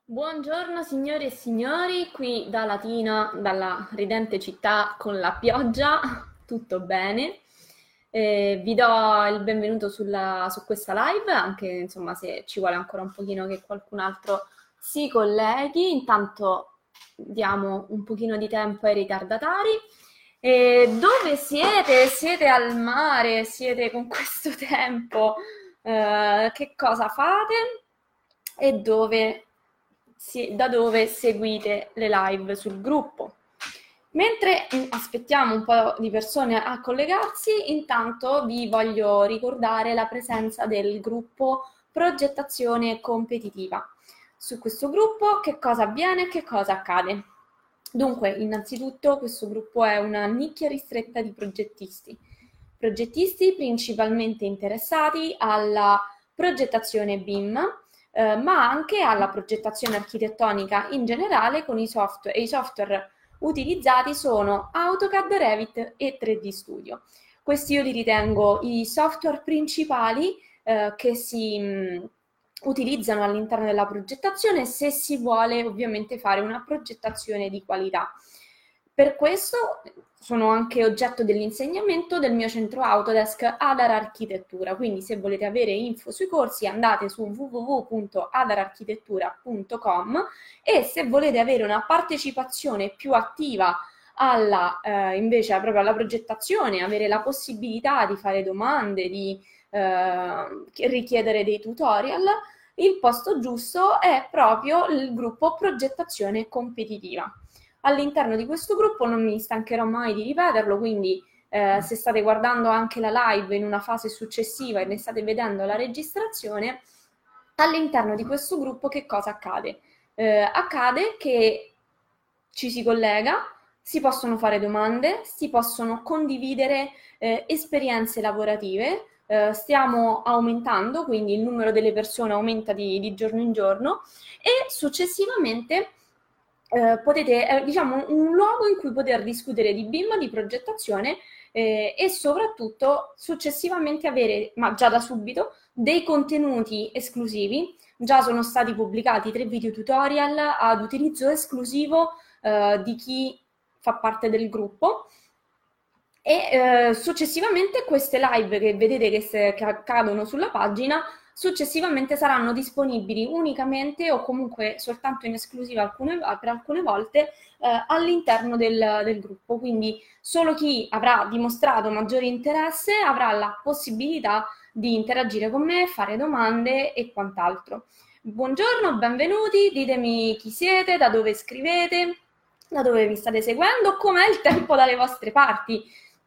Buongiorno signore e signori, qui da Latina, dalla ridente città con la pioggia, tutto bene. Vi do il benvenuto su questa live, anche insomma se ci vuole ancora un pochino che qualcun altro si colleghi. Intanto diamo un pochino di tempo ai ritardatari. Dove siete? Siete al mare? Siete con questo tempo? Che cosa fate? E da dove seguite le live sul gruppo. Mentre aspettiamo un po' di persone a collegarsi, intanto vi voglio ricordare la presenza del gruppo Progettazione Competitiva. Su questo gruppo che cosa avviene e che cosa accade? Dunque, innanzitutto questo gruppo è una nicchia ristretta di progettisti principalmente interessati alla progettazione BIM, ma anche alla progettazione architettonica in generale con i software, e i software utilizzati sono AutoCAD, Revit e 3D Studio. Questi io li ritengo i software principali che si utilizzano all'interno della progettazione se si vuole ovviamente fare una progettazione di qualità. Per questo sono anche oggetto dell'insegnamento del mio centro Autodesk Adar Architettura, quindi se volete avere info sui corsi andate su www.adararchitettura.com e se volete avere una partecipazione più attiva invece proprio alla progettazione, avere la possibilità di fare domande, di richiedere dei tutorial, il posto giusto è proprio il gruppo Progettazione Competitiva. All'interno di questo gruppo non mi stancherò mai di ripeterlo, quindi se state guardando anche la live in una fase successiva e ne state vedendo la registrazione, all'interno di questo gruppo che cosa accade? Accade che ci si collega, si possono fare domande, si possono condividere esperienze lavorative, stiamo aumentando, quindi il numero delle persone aumenta di giorno in giorno e successivamente potete, diciamo, un luogo in cui poter discutere di BIM, di progettazione e soprattutto successivamente avere, ma già da subito, dei contenuti esclusivi. Già sono stati pubblicati 3 video tutorial ad utilizzo esclusivo di chi fa parte del gruppo e successivamente queste live che vedete che accadono sulla pagina successivamente saranno disponibili unicamente o comunque soltanto in esclusiva per alcune volte all'interno del gruppo, quindi solo chi avrà dimostrato maggiore interesse avrà la possibilità di interagire con me, fare domande e quant'altro. Buongiorno, benvenuti, ditemi chi siete, da dove scrivete, da dove vi state seguendo, com'è il tempo dalle vostre parti.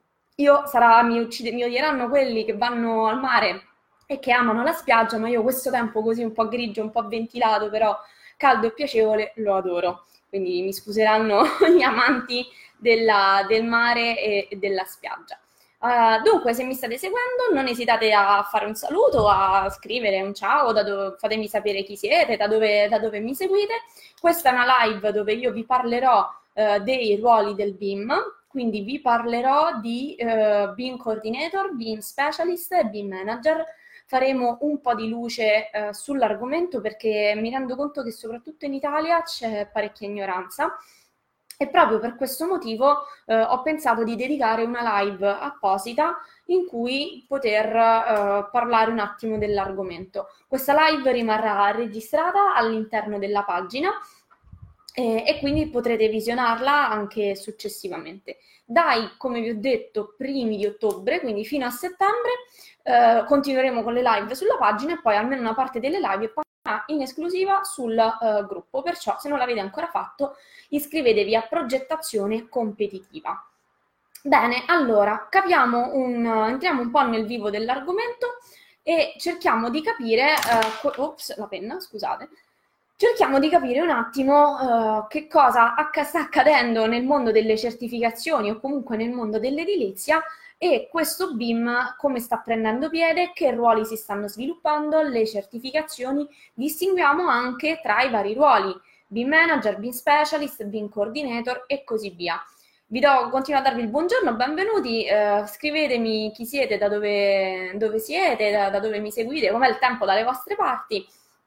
Mi odieranno quelli che vanno al mare e che amano la spiaggia, ma io questo tempo così un po' grigio, un po' ventilato, però caldo e piacevole, lo adoro. Quindi mi scuseranno gli amanti del mare e della spiaggia. Dunque, se mi state seguendo, non esitate a fare un saluto, a scrivere un ciao, fatemi sapere chi siete, da dove mi seguite. Questa è una live dove io vi parlerò dei ruoli del BIM, quindi vi parlerò di BIM Coordinator, BIM Specialist e BIM Manager. Faremo un po' di luce sull'argomento perché mi rendo conto che soprattutto in Italia c'è parecchia ignoranza e proprio per questo motivo ho pensato di dedicare una live apposita in cui poter parlare un attimo dell'argomento. Questa live rimarrà registrata all'interno della pagina e quindi potrete visionarla anche successivamente. Dai, come vi ho detto, primi di ottobre, quindi fino a settembre, continueremo con le live sulla pagina e poi almeno una parte delle live passerà in esclusiva sul gruppo. Perciò, se non l'avete ancora fatto, iscrivetevi a Progettazione Competitiva. Bene, allora, entriamo un po' nel vivo dell'argomento e cerchiamo di capire, ops, la penna, scusate, cerchiamo di capire un attimo che cosa sta accadendo nel mondo delle certificazioni o comunque nel mondo dell'edilizia e questo BIM come sta prendendo piede, che ruoli si stanno sviluppando, le certificazioni, distinguiamo anche tra i vari ruoli, BIM Manager, BIM Specialist, BIM Coordinator e così via. Continuo a darvi il buongiorno, benvenuti, scrivetemi chi siete, da dove siete, da dove mi seguite, com'è il tempo dalle vostre parti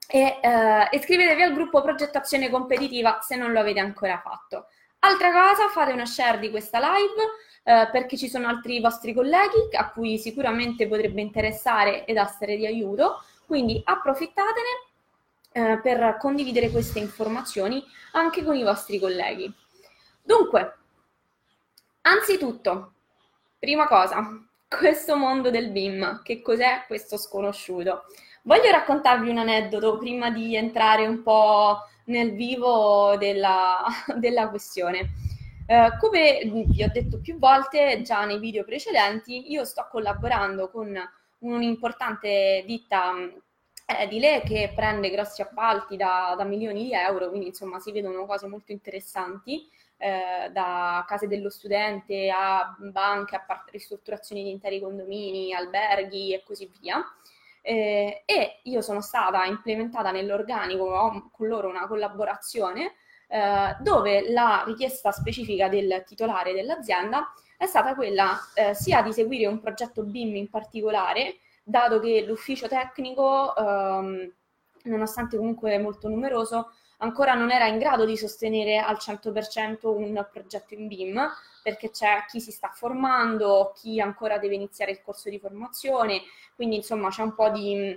e iscrivetevi al gruppo progettazione competitiva se non lo avete ancora fatto. Altra cosa, fate una share di questa live perché ci sono altri vostri colleghi a cui sicuramente potrebbe interessare ed essere di aiuto, quindi approfittatene per condividere queste informazioni anche con i vostri colleghi. Dunque, anzitutto, prima cosa, questo mondo del BIM, che cos'è questo sconosciuto? Voglio raccontarvi un aneddoto prima di entrare un po' nel vivo della questione. Come vi ho detto più volte già nei video precedenti, io sto collaborando con un'importante ditta edile che prende grossi appalti da milioni di euro, quindi insomma si vedono cose molto interessanti, da case dello studente a banche, a ristrutturazioni di interi condomini, alberghi e così via. E io sono stata implementata nell'organico, ho con loro una collaborazione dove la richiesta specifica del titolare dell'azienda è stata quella sia di seguire un progetto BIM in particolare, dato che l'ufficio tecnico, nonostante comunque molto numeroso, ancora non era in grado di sostenere al 100% un progetto in BIM, perché c'è chi si sta formando, chi ancora deve iniziare il corso di formazione, quindi insomma c'è un po'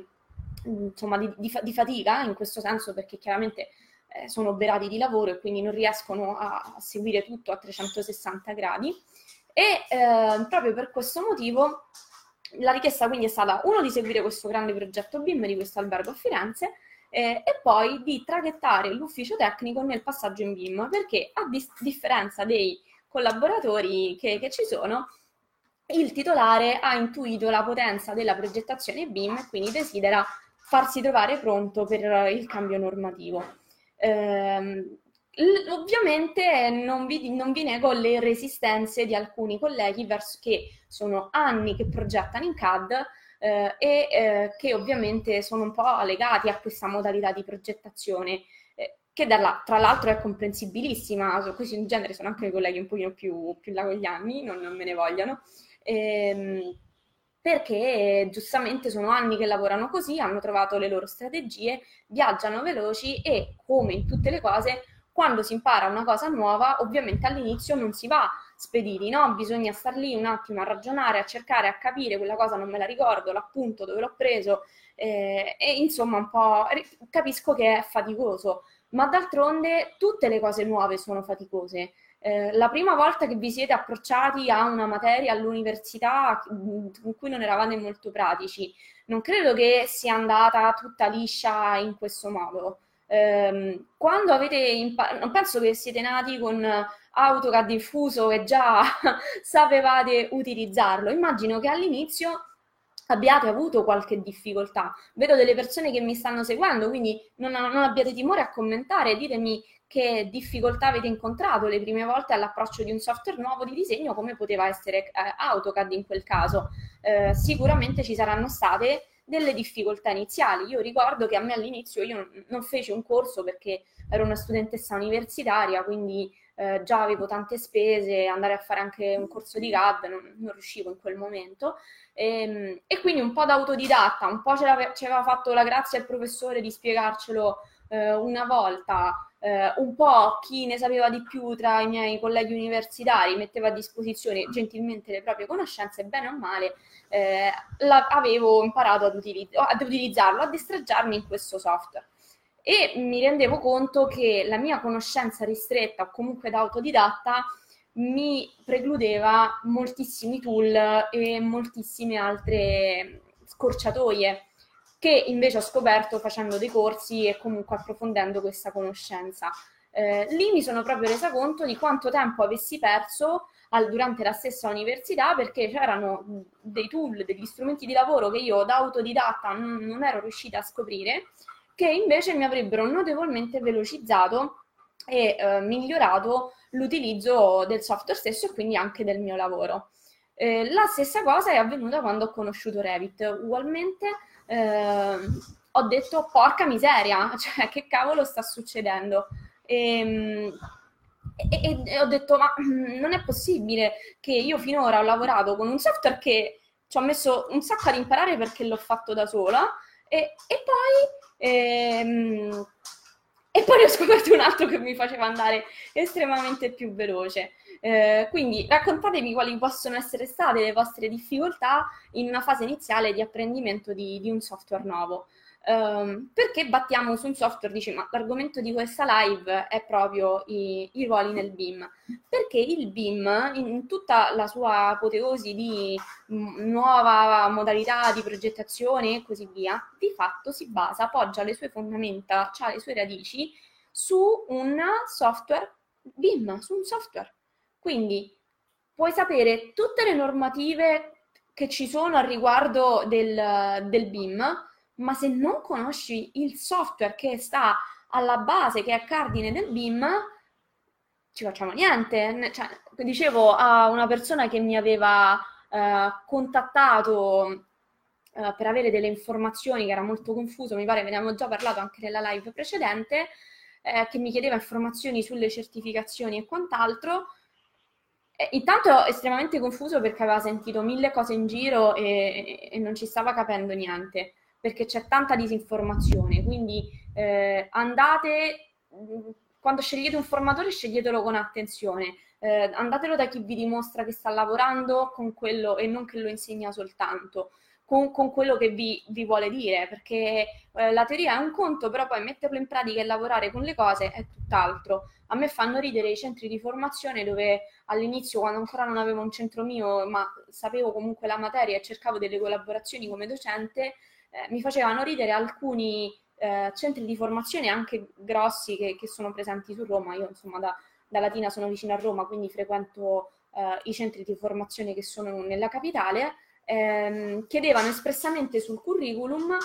di fatica in questo senso, perché chiaramente sono oberati di lavoro e quindi non riescono a seguire tutto a 360 gradi e proprio per questo motivo la richiesta quindi è stata uno di seguire questo grande progetto BIM di questo albergo a Firenze e poi di traghettare l'ufficio tecnico nel passaggio in BIM, perché a differenza dei collaboratori che ci sono, il titolare ha intuito la potenza della progettazione BIM e quindi desidera farsi trovare pronto per il cambio normativo. Ovviamente non vi nego le resistenze di alcuni colleghi che sono anni che progettano in CAD che ovviamente sono un po' legati a questa modalità di progettazione che tra l'altro è comprensibilissima. Questi in genere sono anche colleghi un pochino più là con gli anni, non me ne vogliano, perché giustamente sono anni che lavorano così, hanno trovato le loro strategie, viaggiano veloci e, come in tutte le cose, quando si impara una cosa nuova, ovviamente all'inizio non si va spediti, no? Bisogna star lì un attimo a ragionare, a cercare, a capire, quella cosa non me la ricordo, l'appunto, dove l'ho preso, e insomma un po' capisco che è faticoso, ma d'altronde tutte le cose nuove sono faticose. La prima volta che vi siete approcciati a una materia all'università con cui non eravate molto pratici, non credo che sia andata tutta liscia in questo modo. Quando avete non penso che siete nati con AutoCAD diffuso e già sapevate utilizzarlo. Immagino che all'inizio abbiate avuto qualche difficoltà. Vedo delle persone che mi stanno seguendo, quindi non abbiate timore a commentare, ditemi che difficoltà avete incontrato le prime volte all'approccio di un software nuovo di disegno, come poteva essere AutoCAD in quel caso. Sicuramente ci saranno state delle difficoltà iniziali. Io ricordo che a me all'inizio io non feci un corso perché ero una studentessa universitaria, quindi già avevo tante spese, andare a fare anche un corso di CAD non riuscivo in quel momento. E quindi un po' da autodidatta, un po' ci aveva fatto la grazia al professore di spiegarcelo una volta, un po' chi ne sapeva di più tra i miei colleghi universitari metteva a disposizione gentilmente le proprie conoscenze, bene o male avevo imparato ad utilizzarlo, a destreggiarmi in questo software. E mi rendevo conto che la mia conoscenza ristretta o comunque da autodidatta mi precludeva moltissimi tool e moltissime altre scorciatoie che invece ho scoperto facendo dei corsi e comunque approfondendo questa conoscenza. Lì mi sono proprio resa conto di quanto tempo avessi perso durante la stessa università, perché c'erano dei tool, degli strumenti di lavoro che io da autodidatta non ero riuscita a scoprire, che invece mi avrebbero notevolmente velocizzato e migliorato l'utilizzo del software stesso e quindi anche del mio lavoro. La stessa cosa è avvenuta quando ho conosciuto Revit. Ugualmente ho detto porca miseria, cioè che cavolo sta succedendo? E ho detto ma non è possibile che io finora ho lavorato con un software che ci ho messo un sacco ad imparare perché l'ho fatto da sola E poi ho scoperto un altro che mi faceva andare estremamente più veloce. Quindi raccontatemi quali possono essere state le vostre difficoltà in una fase iniziale di apprendimento di un software nuovo. Perché battiamo su un software, dici, ma l'argomento di questa live è proprio i ruoli nel BIM. Perché il BIM, in tutta la sua apoteosi di nuova modalità di progettazione e così via, di fatto si basa, poggia le sue fondamenta, ha le sue radici su un software BIM, su un software. Quindi puoi sapere tutte le normative che ci sono a riguardo del BIM, ma se non conosci il software che sta alla base, che è cardine del BIM, ci facciamo niente. Cioè, dicevo a una persona che mi aveva contattato per avere delle informazioni, che era molto confuso, mi pare ve ne abbiamo già parlato anche nella live precedente, che mi chiedeva informazioni sulle certificazioni e quant'altro. Intanto estremamente confuso perché aveva sentito mille cose in giro e non ci stava capendo niente, perché c'è tanta disinformazione, quindi andate, quando scegliete un formatore sceglietelo con attenzione, andatelo da chi vi dimostra che sta lavorando con quello e non che lo insegna soltanto, con quello che vi vuole dire, perché la teoria è un conto, però poi metterlo in pratica e lavorare con le cose è tutt'altro. A me fanno ridere i centri di formazione dove all'inizio, quando ancora non avevo un centro mio, ma sapevo comunque la materia e cercavo delle collaborazioni come docente, mi facevano ridere alcuni centri di formazione anche grossi che sono presenti su Roma. Io insomma da Latina sono vicino a Roma, quindi frequento i centri di formazione che sono nella capitale. Chiedevano espressamente sul curriculum,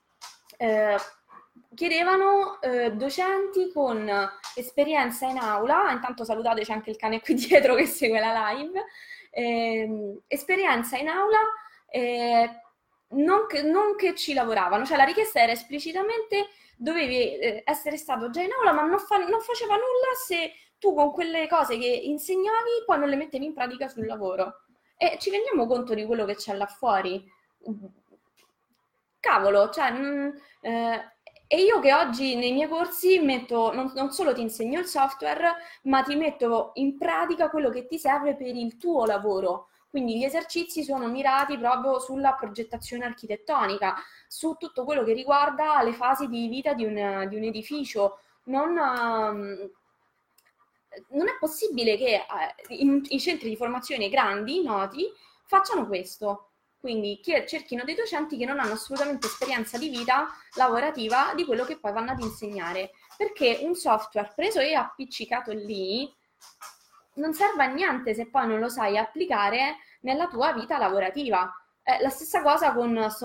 chiedevano docenti con esperienza in aula, intanto salutate, c'è anche il cane qui dietro che segue la live, esperienza in aula, non che ci lavoravano, cioè la richiesta era esplicitamente dovevi essere stato già in aula, ma non faceva nulla se tu con quelle cose che insegnavi poi non le mettevi in pratica sul lavoro. E ci rendiamo conto di quello che c'è là fuori. Cavolo, cioè, e io che oggi nei miei corsi metto, non solo ti insegno il software, ma ti metto in pratica quello che ti serve per il tuo lavoro. Quindi gli esercizi sono mirati proprio sulla progettazione architettonica, su tutto quello che riguarda le fasi di vita di un edificio. Non è possibile che i centri di formazione grandi, noti, facciano questo. Quindi cerchino dei docenti che non hanno assolutamente esperienza di vita lavorativa di quello che poi vanno ad insegnare. Perché un software preso e appiccicato lì non serve a niente se poi non lo sai applicare nella tua vita lavorativa. La stessa cosa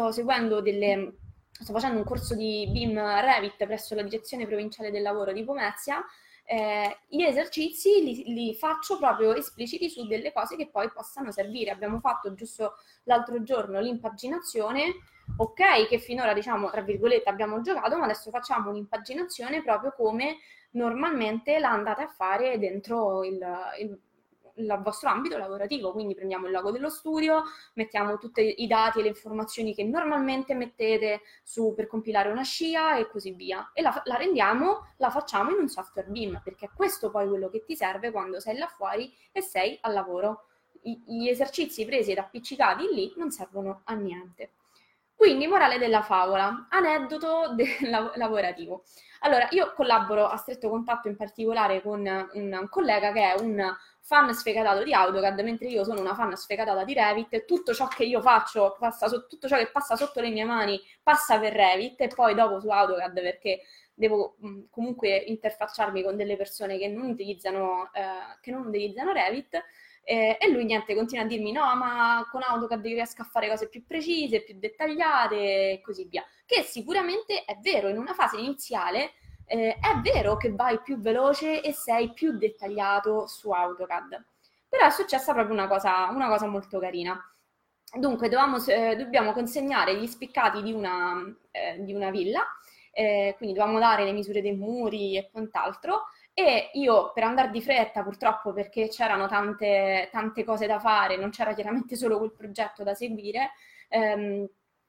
sto facendo un corso di BIM Revit presso la Direzione Provinciale del Lavoro di Pomezia. Gli esercizi li faccio proprio espliciti su delle cose che poi possano servire. Abbiamo fatto giusto l'altro giorno l'impaginazione, ok, che finora diciamo tra virgolette abbiamo giocato, ma adesso facciamo un'impaginazione proprio come normalmente la andate a fare dentro il vostro ambito lavorativo, quindi prendiamo il logo dello studio, mettiamo tutti i dati e le informazioni che normalmente mettete per compilare una scia e così via, e la facciamo in un software BIM, perché è questo poi quello che ti serve quando sei là fuori e sei al lavoro. Gli esercizi presi ed appiccicati lì non servono a niente. Quindi, morale della favola, aneddoto lavorativo. Allora, io collaboro a stretto contatto in particolare con un collega che è un fan sfegatato di AutoCAD, mentre io sono una fan sfegatata di Revit. Tutto ciò che io faccio, tutto ciò che passa sotto le mie mani passa per Revit e poi dopo su AutoCAD, perché devo comunque interfacciarmi con delle persone che non utilizzano Revit. E lui niente, continua a dirmi no, ma con AutoCAD riesco a fare cose più precise, più dettagliate e così via. Che sicuramente è vero, in una fase iniziale è vero che vai più veloce e sei più dettagliato su AutoCAD. Però è successa proprio una cosa molto carina. Dunque, dobbiamo consegnare gli spiccati di una villa, quindi dovevamo dare le misure dei muri e quant'altro, e io per andare di fretta, purtroppo perché c'erano tante cose da fare, non c'era chiaramente solo quel progetto da seguire,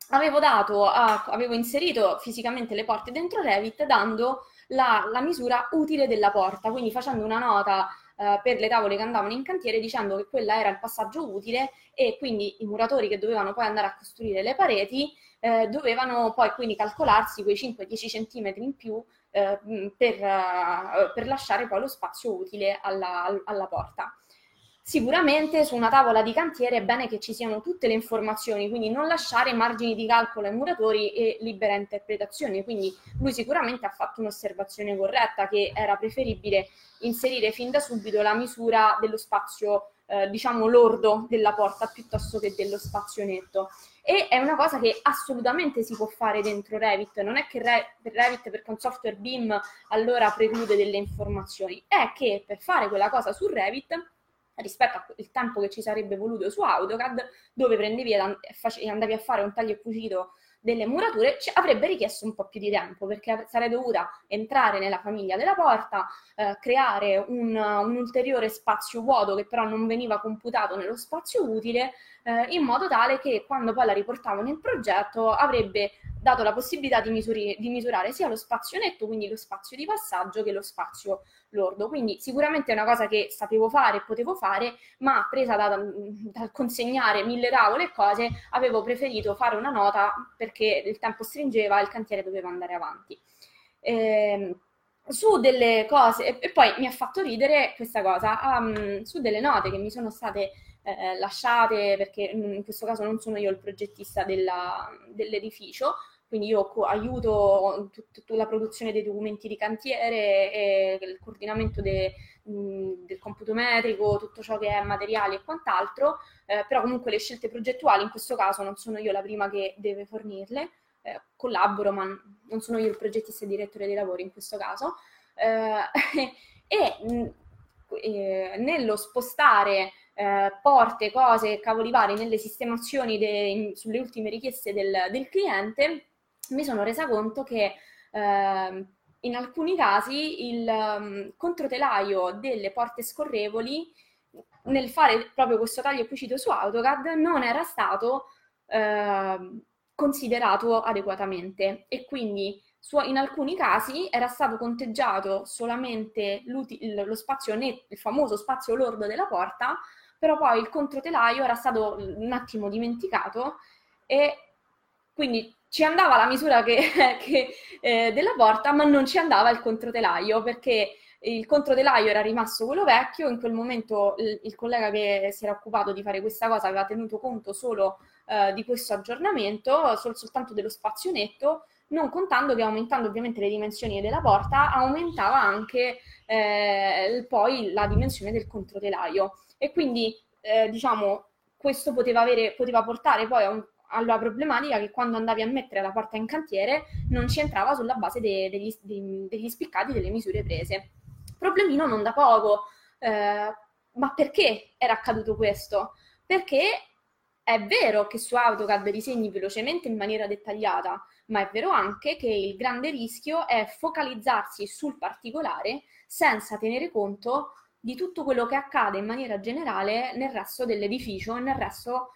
avevo inserito fisicamente le porte dentro Revit dando la misura utile della porta, quindi facendo una nota per le tavole che andavano in cantiere dicendo che quella era il passaggio utile e quindi i muratori che dovevano poi andare a costruire le pareti dovevano poi quindi calcolarsi quei 5-10 centimetri in più per lasciare poi lo spazio utile alla porta. Sicuramente su una tavola di cantiere è bene che ci siano tutte le informazioni, quindi non lasciare margini di calcolo ai muratori e libera interpretazione. Quindi lui sicuramente ha fatto un'osservazione corretta, che era preferibile inserire fin da subito la misura dello spazio, diciamo, lordo della porta piuttosto che dello spazio netto. E è una cosa che assolutamente si può fare dentro Revit, non è che Revit, perché è un software BIM, allora preclude delle informazioni, è che per fare quella cosa su Revit, rispetto al tempo che ci sarebbe voluto su AutoCAD, dove prendevi e andavi a fare un taglio e cucito delle murature, avrebbe richiesto un po' più di tempo, perché sarei dovuta entrare nella famiglia della porta, creare un ulteriore spazio vuoto che però non veniva computato nello spazio utile, in modo tale che quando poi la riportavo nel progetto avrebbe dato la possibilità di misurare sia lo spazio netto, quindi lo spazio di passaggio, che lo spazio lordo. Quindi sicuramente è una cosa che sapevo fare e potevo fare, ma presa dal consegnare 1000 tavole e cose, avevo preferito fare una nota perché il tempo stringeva e il cantiere doveva andare avanti. Su delle cose, e poi mi ha fatto ridere questa cosa, su delle note che mi sono state lasciate, perché in questo caso non sono io il progettista dell'edificio, quindi io aiuto tutta la produzione dei documenti di cantiere e il coordinamento del computo metrico, tutto ciò che è materiali e quant'altro, però comunque le scelte progettuali in questo caso non sono io la prima che deve fornirle, collaboro, ma non sono io il progettista e direttore dei lavori in questo caso, e nello spostare porte, cose, cavoli vari nelle sistemazioni sulle ultime richieste del cliente, mi sono resa conto che in alcuni casi il controtelaio delle porte scorrevoli, nel fare proprio questo taglio e cucito su AutoCAD, non era stato considerato adeguatamente, e quindi in alcuni casi era stato conteggiato solamente lo spazio netto, il famoso spazio lordo della porta, però poi il controtelaio era stato un attimo dimenticato e quindi ci andava la misura della porta, ma non ci andava il controtelaio, perché il controtelaio era rimasto quello vecchio. In quel momento il collega che si era occupato di fare questa cosa aveva tenuto conto solo di questo aggiornamento, soltanto dello spazio netto, non contando che, aumentando ovviamente le dimensioni della porta, aumentava anche poi la dimensione del controtelaio, e quindi diciamo questo poteva portare poi alla problematica che quando andavi a mettere la porta in cantiere non ci entrava sulla base degli spiccati delle misure prese. Problemino non da poco, ma perché era accaduto questo? Perché è vero che su AutoCAD disegni velocemente in maniera dettagliata, ma è vero anche che il grande rischio è focalizzarsi sul particolare senza tenere conto di tutto quello che accade in maniera generale nel resto dell'edificio e nel resto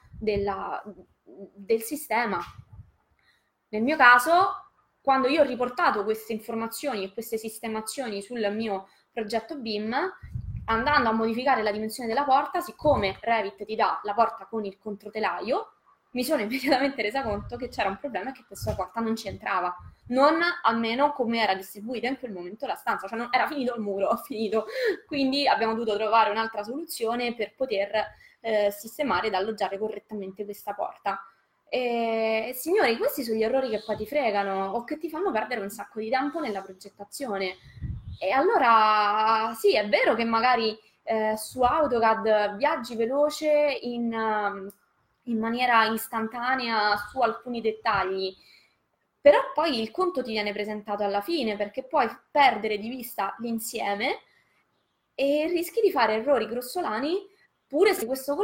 del sistema. Nel mio caso, quando io ho riportato queste informazioni e queste sistemazioni sul mio progetto BIM, andando a modificare la dimensione della porta, siccome Revit ti dà la porta con il controtelaio, mi sono immediatamente resa conto che c'era un problema e che questa porta non c'entrava, non almeno come era distribuita in quel momento la stanza, cioè era finito il muro, finito. Quindi abbiamo dovuto trovare un'altra soluzione per poter sistemare ed alloggiare correttamente questa porta. Signori, questi sono gli errori che poi ti fregano o che ti fanno perdere un sacco di tempo nella progettazione. E allora sì, è vero che magari su AutoCAD viaggi veloce in maniera istantanea su alcuni dettagli, però poi il conto ti viene presentato alla fine, perché puoi perdere di vista l'insieme e rischi di fare errori grossolani, pure se questo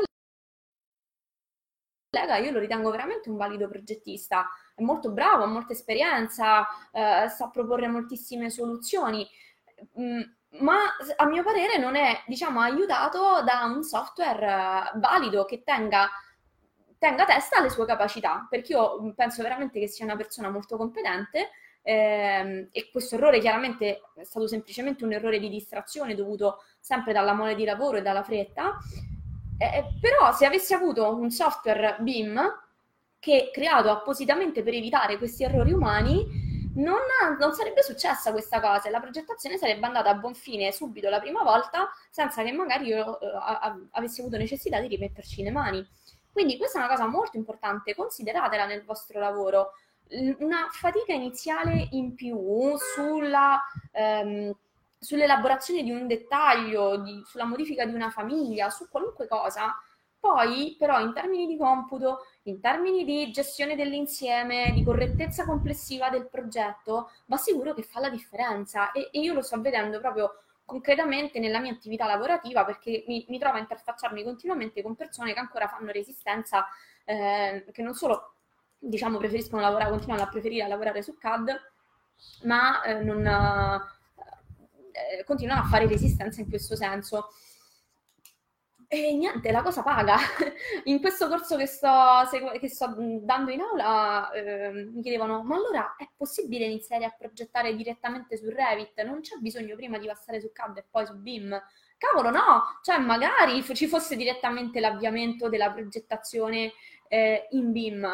collega io lo ritengo veramente un valido progettista, è molto bravo, ha molta esperienza, sa proporre moltissime soluzioni, ma a mio parere non è, diciamo, aiutato da un software valido che tenga tenga testa alle sue capacità, perché io penso veramente che sia una persona molto competente, e questo errore chiaramente è stato semplicemente un errore di distrazione dovuto sempre dalla mole di lavoro e dalla fretta, però se avessi avuto un software BIM che creato appositamente per evitare questi errori umani, non sarebbe successa questa cosa e la progettazione sarebbe andata a buon fine subito la prima volta senza che magari io avessi avuto necessità di rimetterci le mani. Quindi questa è una cosa molto importante, consideratela nel vostro lavoro. Una fatica iniziale in più sull'elaborazione di un dettaglio, sulla modifica di una famiglia, su qualunque cosa, poi però in termini di computo, in termini di gestione dell'insieme, di correttezza complessiva del progetto, va sicuro che fa la differenza e io lo sto vedendo proprio concretamente nella mia attività lavorativa perché mi trovo a interfacciarmi continuamente con persone che ancora fanno resistenza, che non solo diciamo preferiscono lavorare, continuano a preferire lavorare su CAD, ma continuano a fare resistenza in questo senso. E niente, la cosa paga. In questo corso che sto dando in aula mi chiedevano, ma allora è possibile iniziare a progettare direttamente su Revit? Non c'è bisogno prima di passare su CAD e poi su BIM? Cavolo, no! Cioè, magari ci fosse direttamente l'avviamento della progettazione in BIM.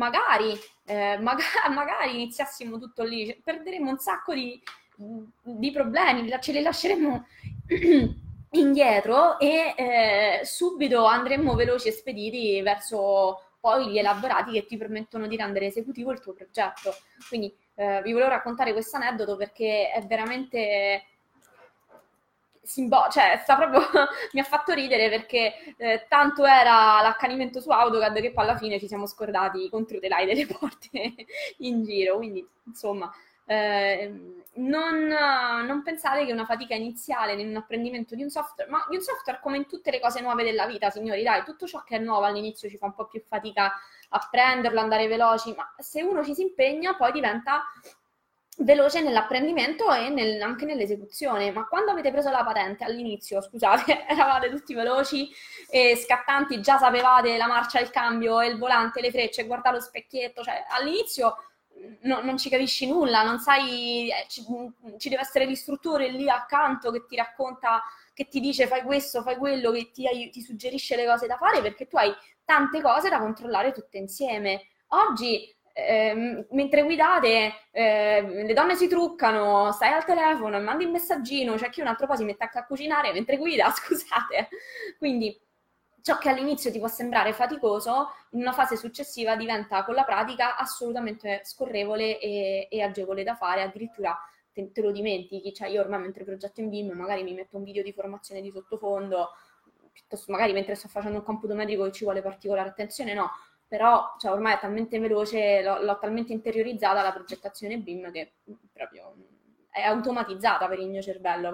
Magari iniziassimo tutto lì. Cioè, perderemo un sacco di problemi, ce li lasceremo indietro e subito andremmo veloci e spediti verso poi gli elaborati che ti permettono di rendere esecutivo il tuo progetto. Quindi vi volevo raccontare questo aneddoto perché è veramente cioè sta proprio mi ha fatto ridere perché tanto era l'accanimento su AutoCAD che poi alla fine ci siamo scordati i controttelai delle porte in giro, quindi insomma non pensate che una fatica iniziale in un apprendimento di un software, ma di un software come in tutte le cose nuove della vita, signori, dai, tutto ciò che è nuovo all'inizio ci fa un po' più fatica a prenderlo, andare veloci, ma se uno ci si impegna poi diventa veloce nell'apprendimento e anche nell'esecuzione. Ma quando avete preso la patente all'inizio, scusate, eravate tutti veloci e scattanti, già sapevate la marcia, il cambio, il volante, le frecce, guardare lo specchietto, cioè all'inizio non ci capisci nulla, non sai, ci deve essere l'istruttore lì accanto che ti racconta, che ti dice fai questo, fai quello, che ti suggerisce le cose da fare perché tu hai tante cose da controllare tutte insieme. Oggi mentre guidate le donne si truccano, stai al telefono e mandi il messaggino, c'è chi un altro po' si mette a cucinare mentre guida, scusate. Quindi ciò che all'inizio ti può sembrare faticoso, in una fase successiva diventa con la pratica assolutamente scorrevole e agevole da fare, addirittura te lo dimentichi, cioè io ormai mentre progetto in BIM magari mi metto un video di formazione di sottofondo, piuttosto magari mentre sto facendo un computo medico che ci vuole particolare attenzione, no, però cioè, ormai è talmente veloce, l'ho talmente interiorizzata la progettazione BIM che proprio è automatizzata per il mio cervello,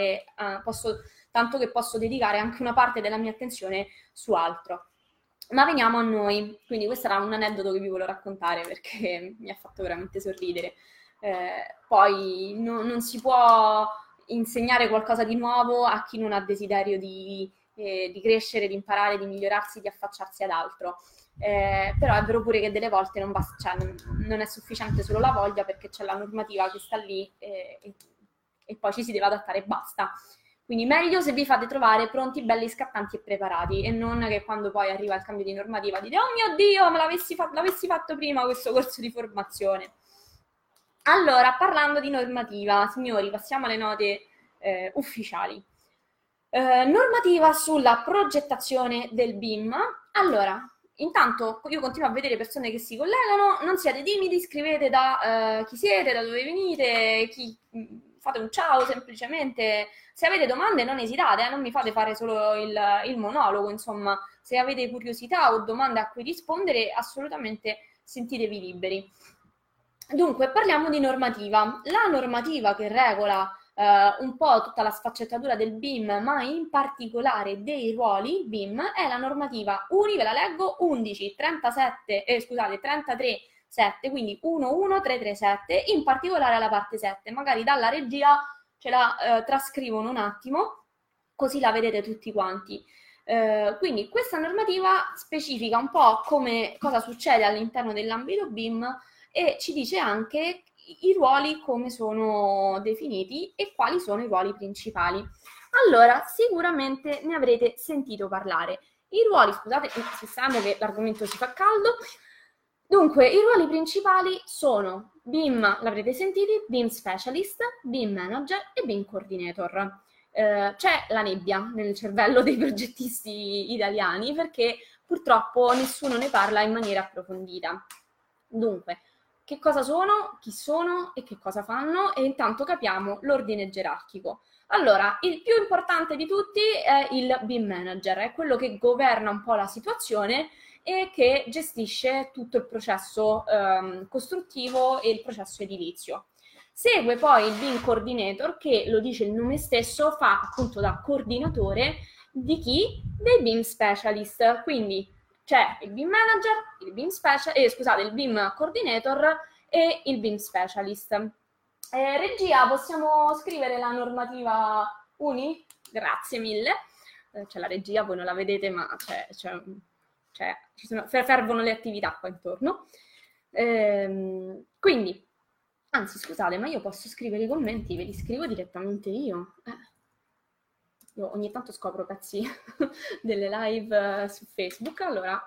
tanto che posso dedicare anche una parte della mia attenzione su altro. Ma veniamo a noi, quindi questo era un aneddoto che vi volevo raccontare perché mi ha fatto veramente sorridere. Poi non si può insegnare qualcosa di nuovo a chi non ha desiderio di crescere, di imparare, di migliorarsi, di affacciarsi ad altro. Però è vero pure che delle volte non basta, cioè non è sufficiente solo la voglia perché c'è la normativa che sta lì e poi ci si deve adattare e basta. Quindi meglio se vi fate trovare pronti, belli, scattanti e preparati e non che quando poi arriva il cambio di normativa dite oh mio Dio, ma l'avessi fatto prima questo corso di formazione. Allora, parlando di normativa, signori, passiamo alle note ufficiali. Normativa sulla progettazione del BIM. Allora, intanto io continuo a vedere persone che si collegano, non siate timidi, scrivete da chi siete, da dove venite, fate un ciao semplicemente, se avete domande non esitate, non mi fate fare solo il monologo, insomma, se avete curiosità o domande a cui rispondere, assolutamente sentitevi liberi. Dunque, parliamo di normativa. La normativa che regola un po' tutta la sfaccettatura del BIM, ma in particolare dei ruoli BIM, è la normativa UNI, ve la leggo, 33.7, quindi 11337, in particolare la parte 7. Magari dalla regia ce la trascrivono un attimo, così la vedete tutti quanti. Quindi questa normativa specifica un po' cosa succede all'interno dell'ambito BIM e ci dice anche i ruoli come sono definiti e quali sono i ruoli principali. Allora, sicuramente ne avrete sentito parlare. I ruoli, scusate, stando che l'argomento si fa caldo. Dunque, i ruoli principali sono BIM, l'avrete sentito, BIM Specialist, BIM Manager e BIM Coordinator. C'è la nebbia nel cervello dei progettisti italiani perché purtroppo nessuno ne parla in maniera approfondita. Dunque, che cosa sono, chi sono e che cosa fanno, e intanto capiamo l'ordine gerarchico. Allora, il più importante di tutti è il BIM Manager, è quello che governa un po' la situazione e che gestisce tutto il processo costruttivo e il processo edilizio. Segue poi il BIM Coordinator che, lo dice il nome stesso, fa appunto da coordinatore di chi? Dei BIM Specialist. Quindi c'è il BIM Manager, il BIM Coordinator e il BIM Specialist. Regia, possiamo scrivere la normativa UNI? Grazie mille. C'è la regia, voi non la vedete, ma fervono le attività qua intorno. Quindi, anzi scusate, ma io posso scrivere i commenti, ve li scrivo direttamente io. Io ogni tanto scopro pezzi delle live su Facebook. Allora,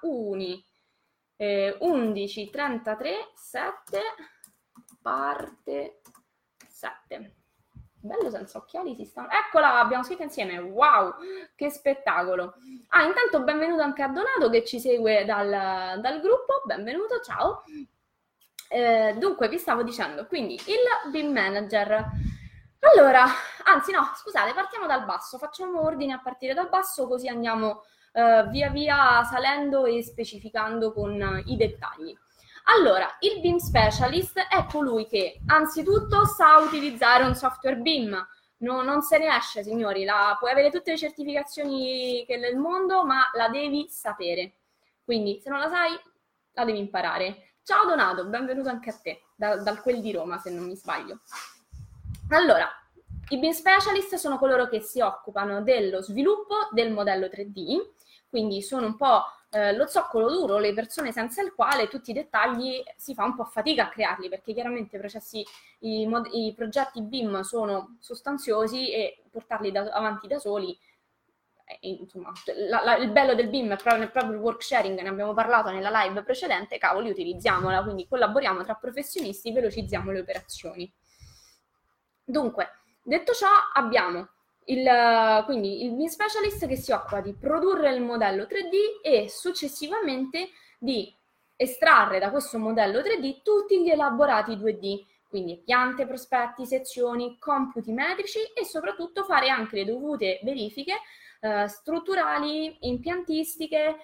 11:33, 7, parte 7. Bello senza occhiali, si stanno... Eccola, abbiamo scritto insieme. Wow, che spettacolo. Intanto benvenuto anche a Donato che ci segue dal gruppo. Benvenuto, ciao. Dunque, vi stavo dicendo, quindi il BIM Manager. Allora, anzi no, scusate, partiamo dal basso, facciamo ordine a partire dal basso, così andiamo via via salendo e specificando con i dettagli. Allora, il BIM Specialist è colui che anzitutto sa utilizzare un software BIM. Non se ne esce, signori, puoi avere tutte le certificazioni del mondo, ma la devi sapere. Quindi, se non la sai, la devi imparare. Ciao Donato, benvenuto anche a te, dal quel di Roma, se non mi sbaglio. Allora, i BIM Specialist sono coloro che si occupano dello sviluppo del modello 3D, quindi sono un po' lo zoccolo duro, le persone senza il quale tutti i dettagli si fa un po' fatica a crearli, perché chiaramente i progetti BIM sono sostanziosi e portarli avanti da soli, insomma, il bello del BIM è proprio il work sharing, ne abbiamo parlato nella live precedente, cavoli, utilizziamola, quindi collaboriamo tra professionisti, velocizziamo le operazioni. Dunque, detto ciò, abbiamo quindi il BIM Specialist che si occupa di produrre il modello 3D e successivamente di estrarre da questo modello 3D tutti gli elaborati 2D, quindi piante, prospetti, sezioni, computi metrici e soprattutto fare anche le dovute verifiche strutturali, impiantistiche,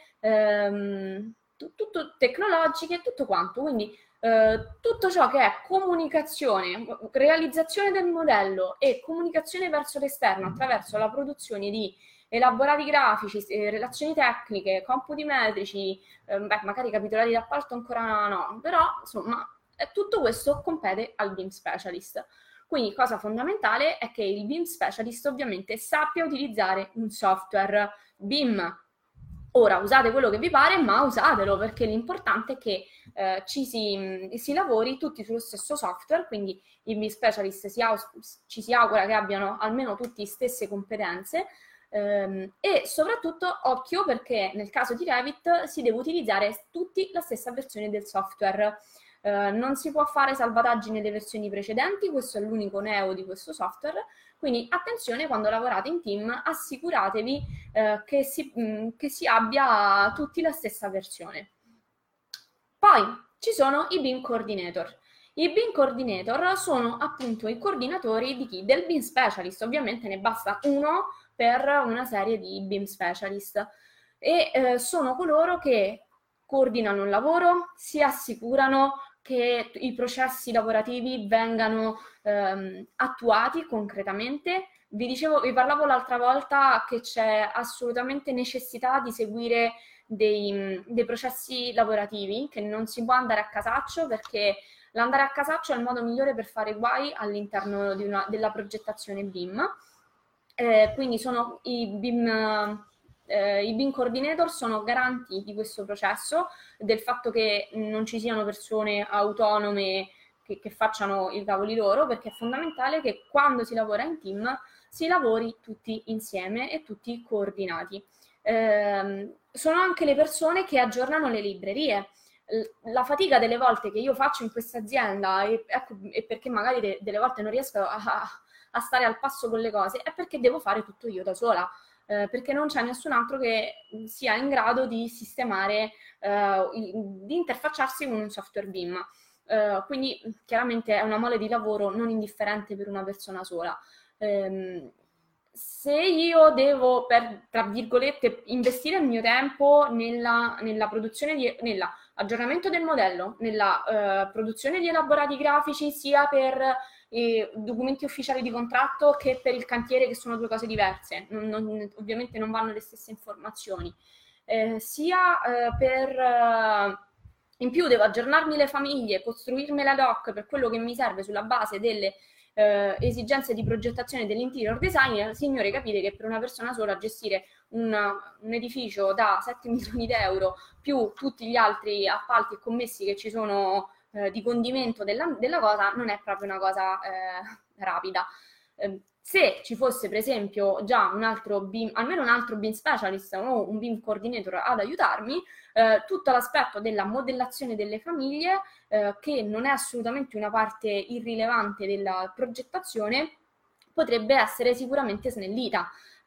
tutto tecnologiche, tutto quanto. Quindi tutto ciò che è comunicazione, realizzazione del modello e comunicazione verso l'esterno attraverso la produzione di elaborati grafici, relazioni tecniche, computi metrici, magari capitolati d'appalto ancora no, però insomma tutto questo compete al BIM Specialist. Quindi cosa fondamentale è che il BIM Specialist ovviamente sappia utilizzare un software BIM. Ora usate quello che vi pare, ma usatelo, perché l'importante è che ci si lavori tutti sullo stesso software, quindi i BIM Specialist ci si augura che abbiano almeno tutti le stesse competenze e soprattutto occhio perché nel caso di Revit si deve utilizzare tutti la stessa versione del software. Non si può fare salvataggi nelle versioni precedenti, questo è l'unico neo di questo software, quindi attenzione quando lavorate in team, assicuratevi che si abbia tutti la stessa versione. Poi ci sono i BIM Coordinator. I BIM Coordinator sono appunto i coordinatori di chi? Del BIM Specialist, ovviamente ne basta uno per una serie di BIM Specialist e sono coloro che coordinano il lavoro, si assicurano che i processi lavorativi vengano attuati concretamente. Vi parlavo l'altra volta che c'è assolutamente necessità di seguire dei processi lavorativi, che non si può andare a casaccio, perché l'andare a casaccio è il modo migliore per fare guai all'interno della progettazione BIM. Quindi sono i BIM I BIM coordinator sono garanti di questo processo, del fatto che non ci siano persone autonome che facciano i cavoli loro, perché è fondamentale che quando si lavora in team si lavori tutti insieme e tutti coordinati. Sono anche le persone che aggiornano le librerie. La fatica delle volte che io faccio in questa azienda e perché magari delle volte non riesco a stare al passo con le cose è perché devo fare tutto io da sola, perché non c'è nessun altro che sia in grado di sistemare, di interfacciarsi con un software BIM. Quindi chiaramente è una mole di lavoro non indifferente per una persona sola. Se io devo, tra virgolette, investire il mio tempo nella produzione nell'aggiornamento del modello, nella produzione di elaborati grafici, sia per documenti ufficiali di contratto che per il cantiere, che sono due cose diverse, ovviamente non vanno le stesse informazioni, sia in più devo aggiornarmi le famiglie, costruirmi la doc per quello che mi serve sulla base delle esigenze di progettazione dell'interior design. Signore, capite che per una persona sola gestire un edificio da 7 milioni di euro più tutti gli altri appalti e commessi che ci sono di condimento della cosa non è proprio una cosa rapida. Se ci fosse per esempio già un altro BIM, almeno un altro BIM specialist o un BIM coordinator ad aiutarmi, tutto l'aspetto della modellazione delle famiglie, che non è assolutamente una parte irrilevante della progettazione, potrebbe essere sicuramente snellita.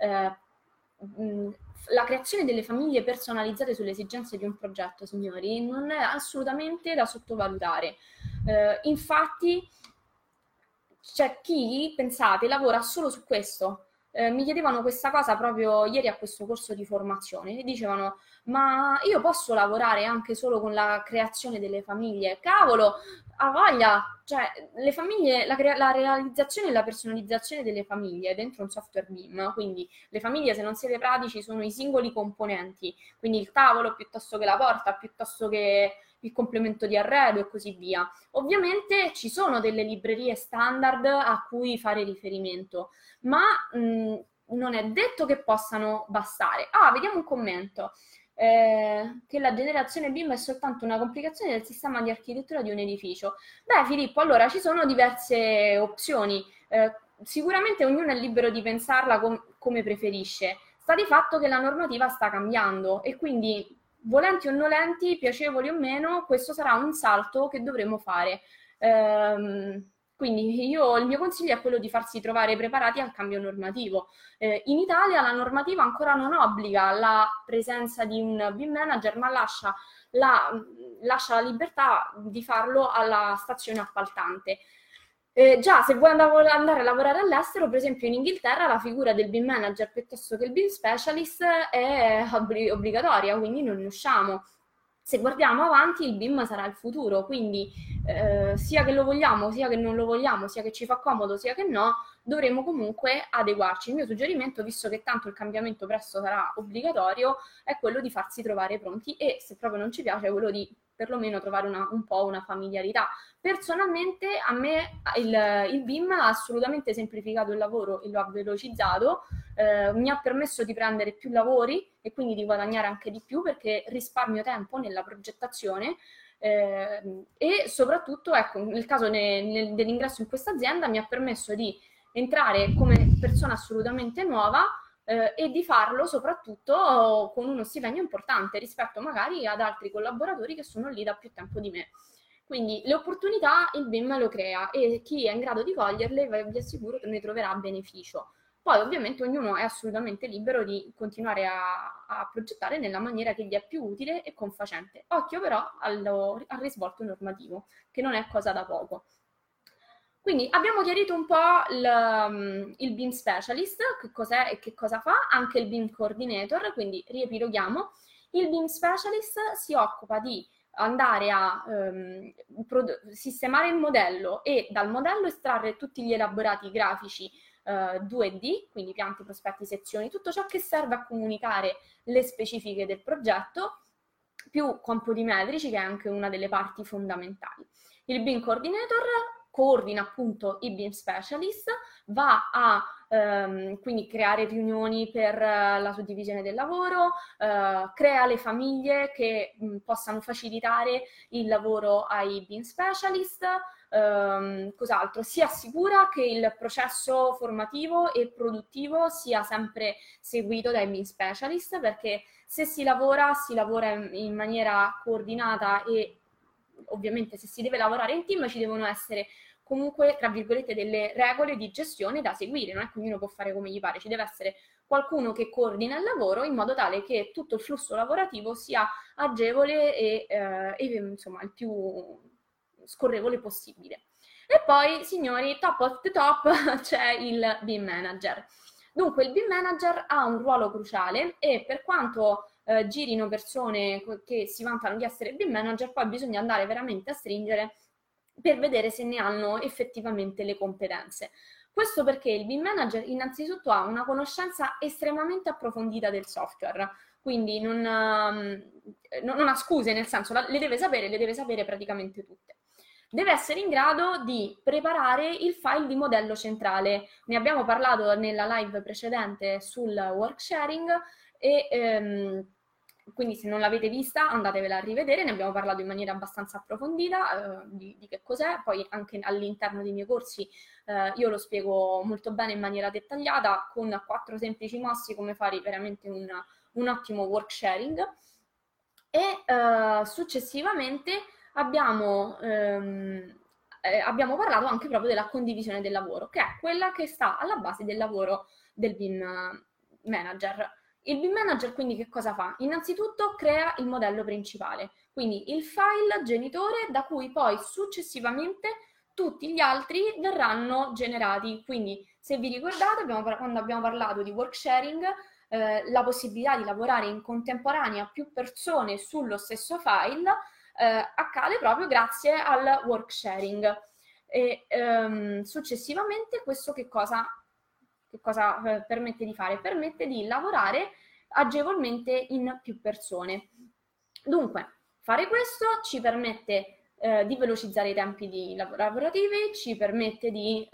La creazione delle famiglie personalizzate sulle esigenze di un progetto, signori, non è assolutamente da sottovalutare. Infatti c'è chi, pensate, lavora solo su questo. Mi chiedevano questa cosa proprio ieri a questo corso di formazione e dicevano: ma io posso lavorare anche solo con la creazione delle famiglie? Cavolo, ha voglia! Cioè, le famiglie, la realizzazione e la personalizzazione delle famiglie dentro un software BIM, quindi le famiglie, se non siete pratici, sono i singoli componenti, quindi il tavolo piuttosto che la porta, piuttosto che il complemento di arredo e così via. Ovviamente ci sono delle librerie standard a cui fare riferimento, ma non è detto che possano bastare. Vediamo un commento. Che la generazione BIM è soltanto una complicazione del sistema di architettura di un edificio. Beh, Filippo, allora ci sono diverse opzioni. Sicuramente ognuno è libero di pensarla come preferisce. Sta di fatto che la normativa sta cambiando e quindi, volenti o nolenti, piacevoli o meno, questo sarà un salto che dovremo fare. Quindi il mio consiglio è quello di farsi trovare preparati al cambio normativo. In Italia la normativa ancora non obbliga la presenza di un BIM manager, ma lascia la libertà di farlo alla stazione appaltante. Già, se vuoi andare a lavorare all'estero, per esempio in Inghilterra, la figura del BIM manager piuttosto che il BIM specialist è obbligatoria, quindi non ne usciamo. Se guardiamo avanti, il BIM sarà il futuro, quindi sia che lo vogliamo, sia che non lo vogliamo, sia che ci fa comodo, sia che no, dovremo comunque adeguarci. Il mio suggerimento, visto che tanto il cambiamento presto sarà obbligatorio, è quello di farsi trovare pronti e, se proprio non ci piace, quello di perlomeno trovare un po' una familiarità. Personalmente a me il BIM ha assolutamente semplificato il lavoro e lo ha velocizzato, mi ha permesso di prendere più lavori e quindi di guadagnare anche di più perché risparmio tempo nella progettazione, e soprattutto, ecco, nel caso dell'ingresso in questa azienda mi ha permesso di entrare come persona assolutamente nuova, e di farlo soprattutto con uno stipendio importante rispetto magari ad altri collaboratori che sono lì da più tempo di me. Quindi le opportunità il BIM lo crea e chi è in grado di coglierle vi assicuro che ne troverà beneficio. Poi ovviamente ognuno è assolutamente libero di continuare a progettare nella maniera che gli è più utile e confacente. Occhio però al risvolto normativo, che non è cosa da poco. Quindi abbiamo chiarito un po' il BIM specialist, che cos'è e che cosa fa, anche il BIM coordinator, quindi riepiloghiamo. Il BIM specialist si occupa di andare a sistemare il modello e dal modello estrarre tutti gli elaborati grafici 2D, quindi piante, prospetti, sezioni, tutto ciò che serve a comunicare le specifiche del progetto, più computimetrici, che è anche una delle parti fondamentali. Il BIM coordinator coordina appunto i BIM specialist, va a quindi creare riunioni per la suddivisione del lavoro, crea le famiglie che possano facilitare il lavoro ai BIM specialist. Cos'altro? Si assicura che il processo formativo e produttivo sia sempre seguito dai BIM specialist, perché se si lavora in maniera coordinata e ovviamente se si deve lavorare in team ci devono essere comunque, tra virgolette, delle regole di gestione da seguire, non è che ognuno può fare come gli pare, ci deve essere qualcuno che coordina il lavoro in modo tale che tutto il flusso lavorativo sia agevole e insomma il più scorrevole possibile. E poi, signori, top of the top c'è il BIM manager. Dunque, il BIM manager ha un ruolo cruciale e per quanto girino persone che si vantano di essere BIM manager, poi bisogna andare veramente a stringere per vedere se ne hanno effettivamente le competenze. Questo perché il BIM manager innanzitutto ha una conoscenza estremamente approfondita del software, quindi non ha scuse, nel senso le deve sapere praticamente tutte. Deve essere in grado di preparare il file di modello centrale. Ne abbiamo parlato nella live precedente sul work sharing e quindi se non l'avete vista andatevela a rivedere, ne abbiamo parlato in maniera abbastanza approfondita di che cos'è, poi anche all'interno dei miei corsi io lo spiego molto bene in maniera dettagliata con 4 semplici mosse come fare veramente un ottimo work sharing e successivamente abbiamo parlato anche proprio della condivisione del lavoro, che è quella che sta alla base del lavoro del BIM manager. Il BIM manager quindi che cosa fa? Innanzitutto crea il modello principale, quindi il file genitore da cui poi successivamente tutti gli altri verranno generati. Quindi se vi ricordate, quando abbiamo parlato di work sharing, la possibilità di lavorare in contemporanea più persone sullo stesso file accade proprio grazie al work sharing. E successivamente questo che cosa permette di fare? Permette di lavorare agevolmente in più persone. Dunque, fare questo ci permette di velocizzare i tempi lavorativi, ci permette di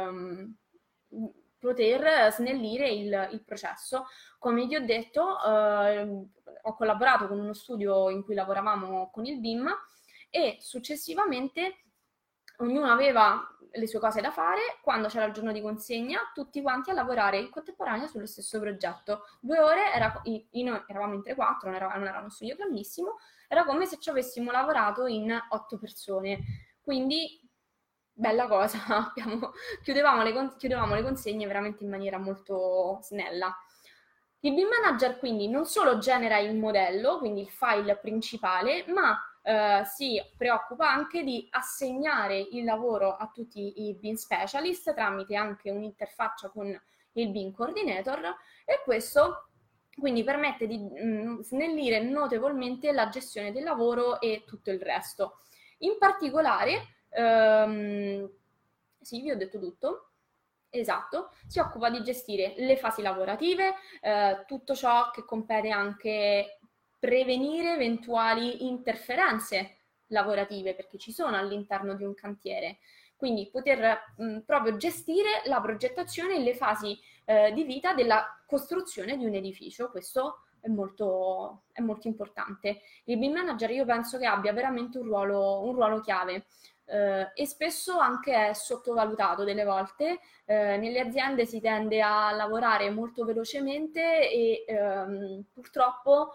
poter snellire il processo. Come vi ho detto, ho collaborato con uno studio in cui lavoravamo con il BIM e successivamente ognuno aveva le sue cose da fare, quando c'era il giorno di consegna, tutti quanti a lavorare in contemporanea sullo stesso progetto. 2 ore, noi eravamo in 3-4, non era uno studio grandissimo, era come se ci avessimo lavorato in 8 persone. Quindi, bella cosa, chiudevamo le consegne veramente in maniera molto snella. Il BIM Manager quindi non solo genera il modello, quindi il file principale, ma si preoccupa anche di assegnare il lavoro a tutti i BIM specialist tramite anche un'interfaccia con il BIM coordinator e questo quindi permette di snellire notevolmente la gestione del lavoro e tutto il resto. In particolare, sì, vi ho detto tutto. Esatto, si occupa di gestire le fasi lavorative, tutto ciò che compete anche prevenire eventuali interferenze lavorative, perché ci sono all'interno di un cantiere. Quindi poter proprio gestire la progettazione e le fasi di vita della costruzione di un edificio. Questo è molto importante. Il BIM manager io penso che abbia veramente un ruolo chiave. E spesso anche è sottovalutato delle volte. Nelle aziende si tende a lavorare molto velocemente e purtroppo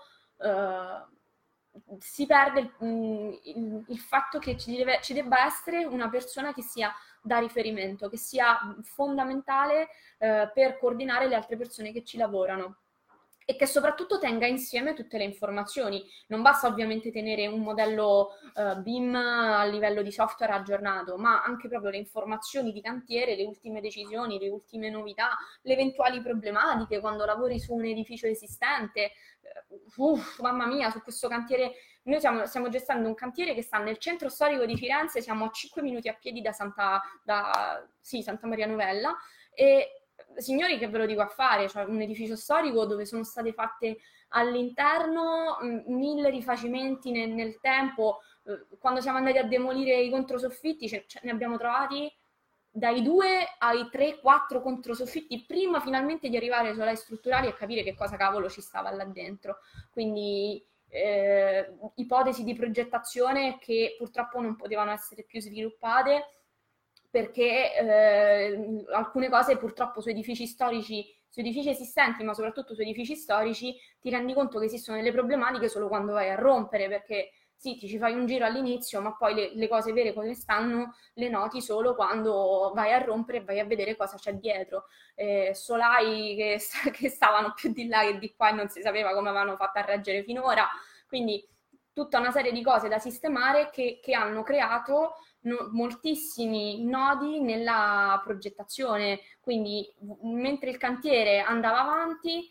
si perde il fatto che ci debba essere una persona che sia da riferimento, che sia fondamentale per coordinare le altre persone che ci lavorano e che soprattutto tenga insieme tutte le informazioni. Non basta ovviamente tenere un modello BIM a livello di software aggiornato, ma anche proprio le informazioni di cantiere, le ultime decisioni, le ultime novità, le eventuali problematiche quando lavori su un edificio esistente. Mamma mia, su questo cantiere, noi stiamo gestendo un cantiere che sta nel centro storico di Firenze, siamo a 5 minuti a piedi da Santa Maria Novella e signori, che ve lo dico a fare, cioè un edificio storico dove sono state fatte all'interno 1000 rifacimenti nel tempo, quando siamo andati a demolire i controsoffitti, ne abbiamo trovati dai 2 ai 3, 4 controsoffitti prima finalmente di arrivare ai solai strutturali e capire che cosa cavolo ci stava là dentro. Quindi ipotesi di progettazione che purtroppo non potevano essere più sviluppate perché alcune cose purtroppo su edifici storici, su edifici esistenti, ma soprattutto su edifici storici, ti rendi conto che esistono delle problematiche solo quando vai a rompere, perché sì, ti ci fai un giro all'inizio, ma poi le cose vere come stanno le noti solo quando vai a rompere e vai a vedere cosa c'è dietro. Solai che stavano più di là che di qua e non si sapeva come avevano fatto a reggere finora, quindi tutta una serie di cose da sistemare che hanno creato moltissimi nodi nella progettazione, quindi mentre il cantiere andava avanti,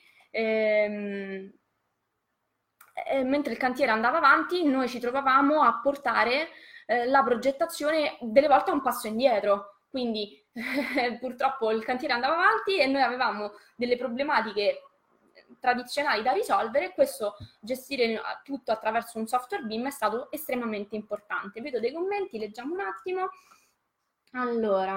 noi ci trovavamo a portare la progettazione delle volte a un passo indietro, quindi purtroppo il cantiere andava avanti e noi avevamo delle problematiche tradizionali da risolvere. Questo, gestire tutto attraverso un software BIM, è stato estremamente importante. Vedo dei commenti, leggiamo un attimo. Allora,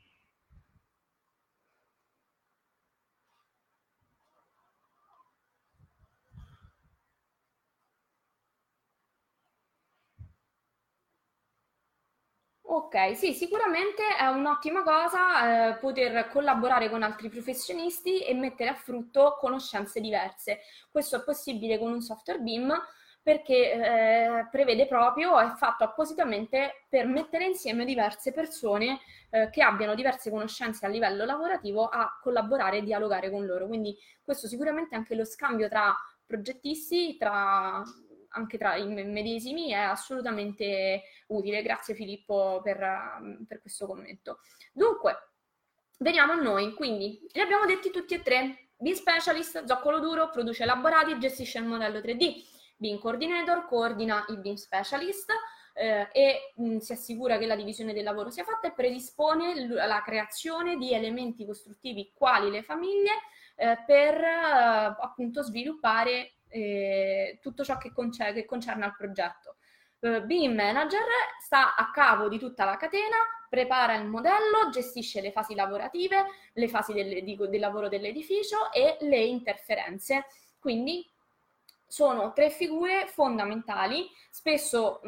ok, sì, sicuramente è un'ottima cosa poter collaborare con altri professionisti e mettere a frutto conoscenze diverse. Questo è possibile con un software BIM perché prevede proprio, è fatto appositamente per mettere insieme diverse persone che abbiano diverse conoscenze a livello lavorativo a collaborare e dialogare con loro. Quindi questo sicuramente anche lo scambio tra progettisti, anche tra i medesimi, è assolutamente utile. Grazie Filippo per questo commento. Dunque, veniamo a noi. Quindi, li abbiamo detti tutti e tre. BIM Specialist, zoccolo duro, produce elaborati, gestisce il modello 3D. BIM Coordinator coordina i BIM Specialist si assicura che la divisione del lavoro sia fatta e predispone la creazione di elementi costruttivi quali le famiglie per appunto sviluppare tutto ciò che concerne al progetto. BIM Manager sta a capo di tutta la catena, prepara il modello, gestisce le fasi lavorative, le fasi del lavoro dell'edificio e le interferenze. Quindi sono tre figure fondamentali, spesso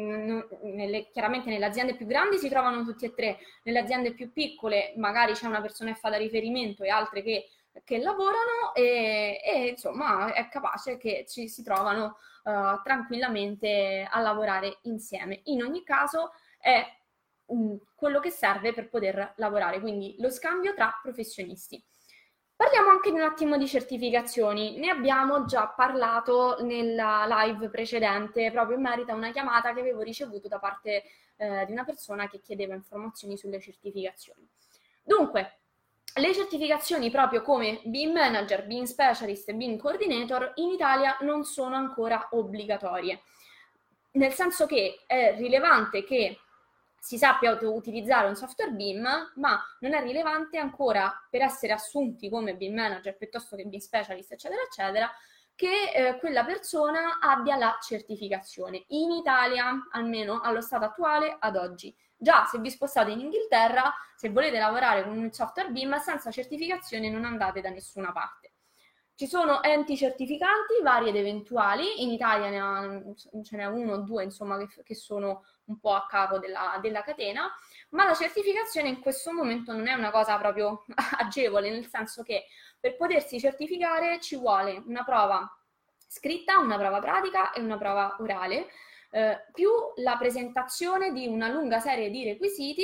chiaramente nelle aziende più grandi si trovano tutti e tre, nelle aziende più piccole magari c'è una persona che fa da riferimento e altre che lavorano e insomma è capace che ci si trovano tranquillamente a lavorare insieme. In ogni caso è quello che serve per poter lavorare, quindi lo scambio tra professionisti. Parliamo anche un attimo di certificazioni, ne abbiamo già parlato nella live precedente, proprio in merito a una chiamata che avevo ricevuto da parte di una persona che chiedeva informazioni sulle certificazioni. Dunque, le certificazioni proprio come BIM Manager, BIM Specialist e BIM Coordinator in Italia non sono ancora obbligatorie, nel senso che è rilevante che si sappia utilizzare un software BIM, ma non è rilevante ancora per essere assunti come BIM Manager piuttosto che BIM Specialist, eccetera, eccetera, che quella persona abbia la certificazione. In Italia, almeno allo stato attuale, ad oggi. Già, se vi spostate in Inghilterra, se volete lavorare con un software BIM senza certificazione non andate da nessuna parte. Ci sono enti certificanti vari ed eventuali, in Italia ce n'è uno o due insomma, che sono un po' a capo della catena, ma la certificazione in questo momento non è una cosa proprio agevole, nel senso che per potersi certificare ci vuole una prova scritta, una prova pratica e una prova orale, più la presentazione di una lunga serie di requisiti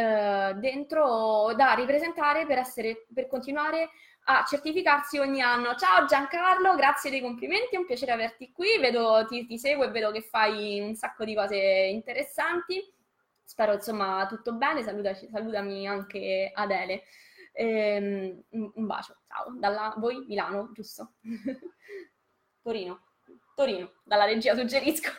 dentro da ripresentare per continuare a certificarsi ogni anno. Ciao Giancarlo, grazie dei complimenti, è un piacere averti qui, ti seguo e vedo che fai un sacco di cose interessanti. Spero insomma tutto bene, salutami anche Adele. Un bacio, ciao, voi Milano, giusto? Torino, dalla regia suggerisco.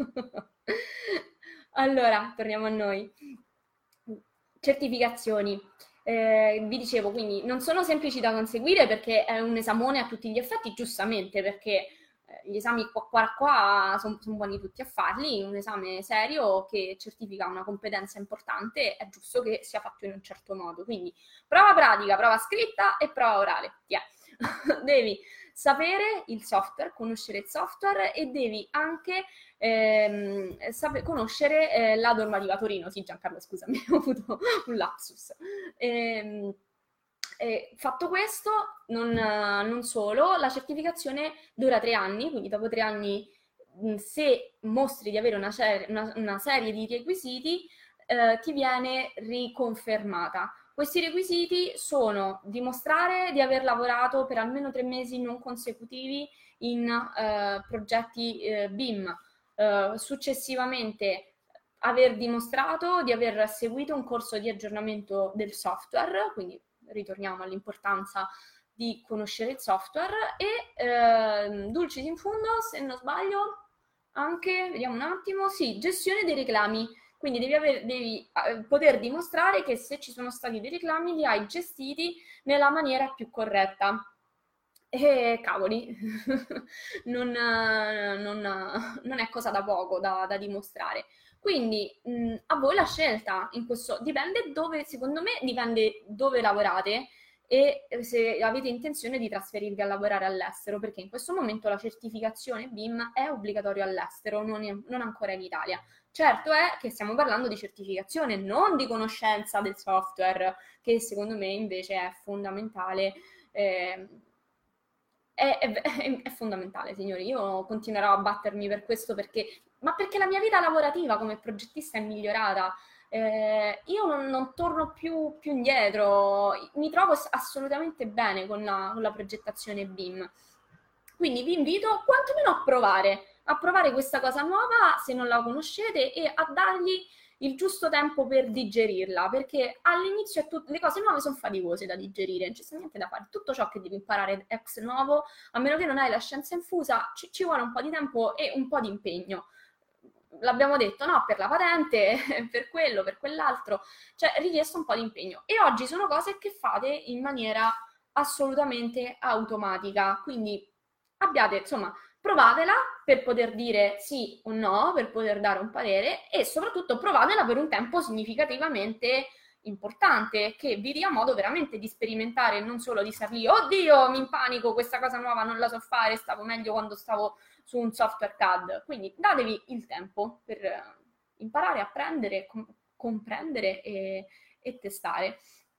Allora, torniamo a noi. Certificazioni. Vi dicevo, quindi non sono semplici da conseguire perché è un esamone a tutti gli effetti, giustamente, perché gli esami qua sono buoni tutti a farli, un esame serio che certifica una competenza importante è giusto che sia fatto in un certo modo, quindi prova pratica, prova scritta e prova orale, devi sapere il software, conoscere il software e devi anche conoscere la normativa Torino, sì Giancarlo scusami, ho avuto un lapsus. Fatto questo, non solo, la certificazione dura 3 anni, quindi dopo 3 anni se mostri di avere una serie di requisiti ti viene riconfermata. Questi requisiti sono dimostrare di aver lavorato per almeno 3 mesi non consecutivi in progetti BIM, successivamente aver dimostrato di aver seguito un corso di aggiornamento del software, quindi ritorniamo all'importanza di conoscere il software e dulcis in fundo, se non sbaglio, anche, vediamo un attimo, sì, gestione dei reclami. Quindi devi poter dimostrare che se ci sono stati dei reclami li hai gestiti nella maniera più corretta. E cavoli, non è cosa da poco da dimostrare. Quindi a voi la scelta in questo dipende dove, secondo me, dipende dove lavorate e se avete intenzione di trasferirvi a lavorare all'estero, perché in questo momento la certificazione BIM è obbligatoria all'estero, non ancora in Italia. Certo è che stiamo parlando di certificazione, non di conoscenza del software, che secondo me invece è fondamentale. È fondamentale, signori. Io continuerò a battermi per questo perché la mia vita lavorativa come progettista è migliorata. Io non torno più indietro, mi trovo assolutamente bene con la progettazione BIM. Quindi vi invito quantomeno a provare questa cosa nuova se non la conoscete e a dargli il giusto tempo per digerirla, perché all'inizio le cose nuove sono faticose da digerire, non c'è niente da fare. Tutto ciò che devi imparare ex nuovo, a meno che non hai la scienza infusa, ci vuole un po' di tempo e un po' di impegno. L'abbiamo detto, no? Per la patente, per quello, per quell'altro, cioè richiesto un po' di impegno. E oggi sono cose che fate in maniera assolutamente automatica, quindi abbiate, insomma, provatela per poter dire sì o no, per poter dare un parere e soprattutto provatela per un tempo significativamente importante che vi dia modo veramente di sperimentare, non solo di star lì, oddio, mi impanico, questa cosa nuova non la so fare, stavo meglio quando stavo su un software CAD. Quindi datevi il tempo per imparare, apprendere, comprendere e testare.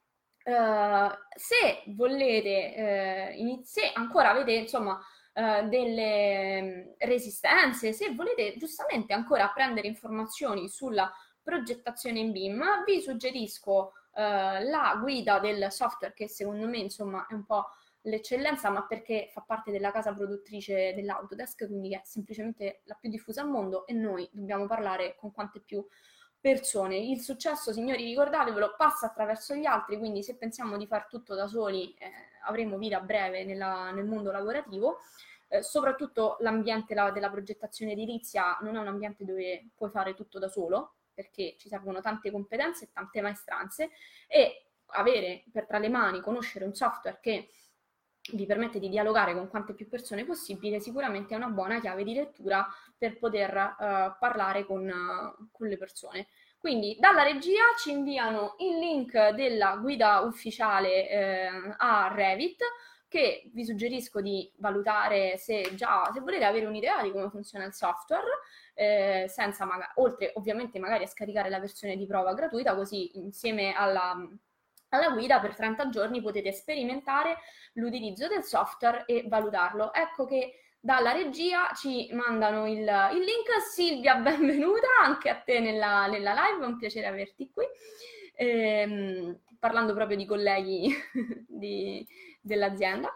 Se volete, se ancora avete insomma delle resistenze, se volete giustamente ancora apprendere informazioni sulla progettazione in BIM, vi suggerisco la guida del software che secondo me insomma è un po' l'eccellenza, ma perché fa parte della casa produttrice dell'Autodesk, quindi è semplicemente la più diffusa al mondo e noi dobbiamo parlare con quante più persone. Il successo, signori, ricordatevelo, passa attraverso gli altri, quindi se pensiamo di far tutto da soli avremo vita breve nel mondo lavorativo. Soprattutto l'ambiente della progettazione edilizia non è un ambiente dove puoi fare tutto da solo, perché ci servono tante competenze e tante maestranze e avere tra le mani, conoscere un software che vi permette di dialogare con quante più persone possibile, sicuramente è una buona chiave di lettura per poter parlare con le persone. Quindi dalla regia ci inviano il link della guida ufficiale a Revit, che vi suggerisco di valutare se volete avere un'idea di come funziona il software, senza oltre ovviamente magari a scaricare la versione di prova gratuita, così insieme alla guida per 30 giorni potete sperimentare l'utilizzo del software e valutarlo. Ecco che dalla regia ci mandano il link. Silvia, benvenuta anche a te nella live, è un piacere averti qui. Parlando proprio di colleghi dell'azienda.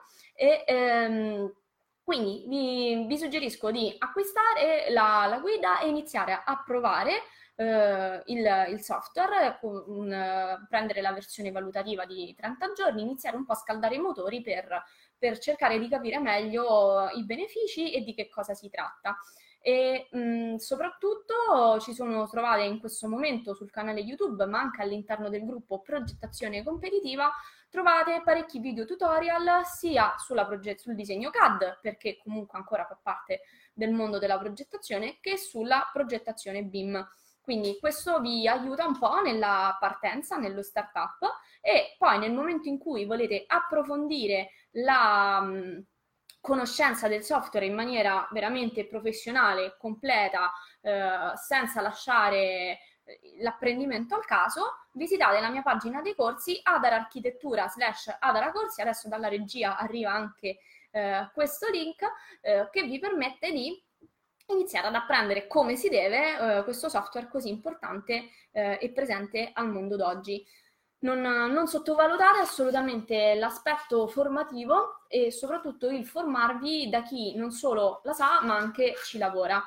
Quindi vi suggerisco di acquistare la guida e iniziare a provare il software, prendere la versione valutativa di 30 giorni, iniziare un po' a scaldare i motori per cercare di capire meglio i benefici e di che cosa si tratta. E soprattutto trovate in questo momento sul canale YouTube, ma anche all'interno del gruppo Progettazione Competitiva, trovate parecchi video tutorial sia sul disegno CAD, perché comunque ancora fa parte del mondo della progettazione, che sulla progettazione BIM. Quindi questo vi aiuta un po' nella partenza, nello startup, e poi nel momento in cui volete approfondire la conoscenza del software in maniera veramente professionale, completa, senza lasciare l'apprendimento al caso, visitate la mia pagina dei corsi adararchitettura/adaracorsi. Adesso dalla regia arriva anche questo link che vi permette di iniziare ad apprendere come si deve questo software così importante e presente al mondo d'oggi. Non sottovalutare assolutamente l'aspetto formativo e soprattutto il formarvi da chi non solo la sa ma anche ci lavora.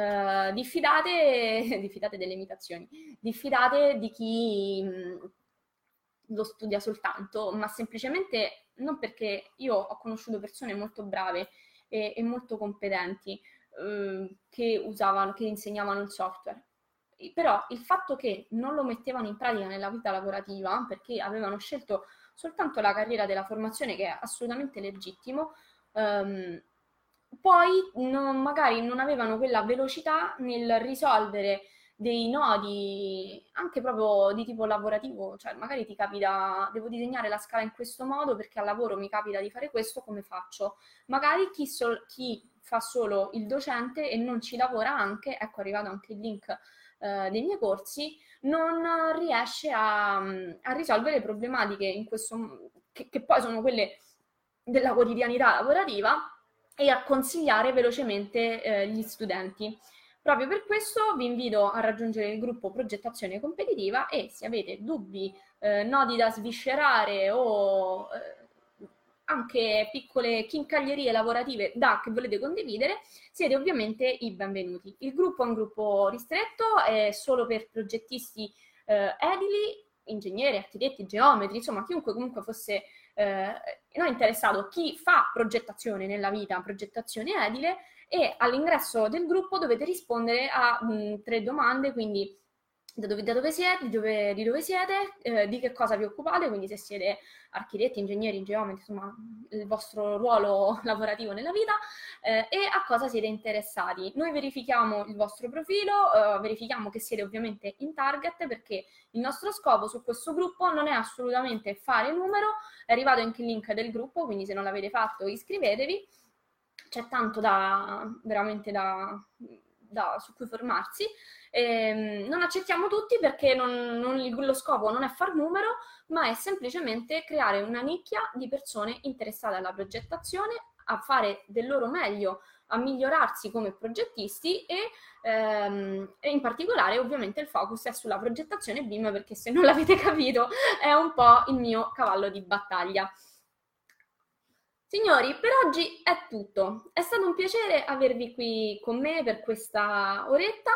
Diffidate delle imitazioni, diffidate di chi lo studia soltanto, ma semplicemente non, perché io ho conosciuto persone molto brave e molto competenti che insegnavano il software. Però il fatto che non lo mettevano in pratica nella vita lavorativa, perché avevano scelto soltanto la carriera della formazione, che è assolutamente legittimo, poi magari non avevano quella velocità nel risolvere dei nodi anche proprio di tipo lavorativo, cioè magari ti capita, devo disegnare la scala in questo modo perché al lavoro mi capita di fare questo, come faccio? Magari chi fa solo il docente e non ci lavora anche, ecco è arrivato anche il link dei miei corsi, non riesce a risolvere problematiche in che poi sono quelle della quotidianità lavorativa, e a consigliare velocemente gli studenti. Proprio per questo vi invito a raggiungere il gruppo Progettazione Competitiva, e se avete dubbi, nodi da sviscerare o anche piccole chincaglierie lavorative che volete condividere, siete ovviamente i benvenuti. Il gruppo è un gruppo ristretto, è solo per progettisti edili, ingegneri, architetti, geometri, insomma chiunque comunque fosse non interessato, chi fa progettazione nella vita, progettazione edile, e all'ingresso del gruppo dovete rispondere a 3 domande, quindi da dove siete, di dove siete, di che cosa vi occupate, quindi se siete architetti, ingegneri, geometri, insomma il vostro ruolo lavorativo nella vita, e a cosa siete interessati. Noi verifichiamo il vostro profilo, verifichiamo che siete ovviamente in target, perché il nostro scopo su questo gruppo non è assolutamente fare numero. È arrivato anche il link del gruppo, quindi se non l'avete fatto iscrivetevi, c'è tanto veramente su cui formarsi. Non accettiamo tutti, perché lo scopo non è far numero, ma è semplicemente creare una nicchia di persone interessate alla progettazione, a fare del loro meglio, a migliorarsi come progettisti, e in particolare ovviamente il focus è sulla progettazione BIM, perché se non l'avete capito è un po' il mio cavallo di battaglia. Signori, per oggi è tutto. È stato un piacere avervi qui con me per questa oretta.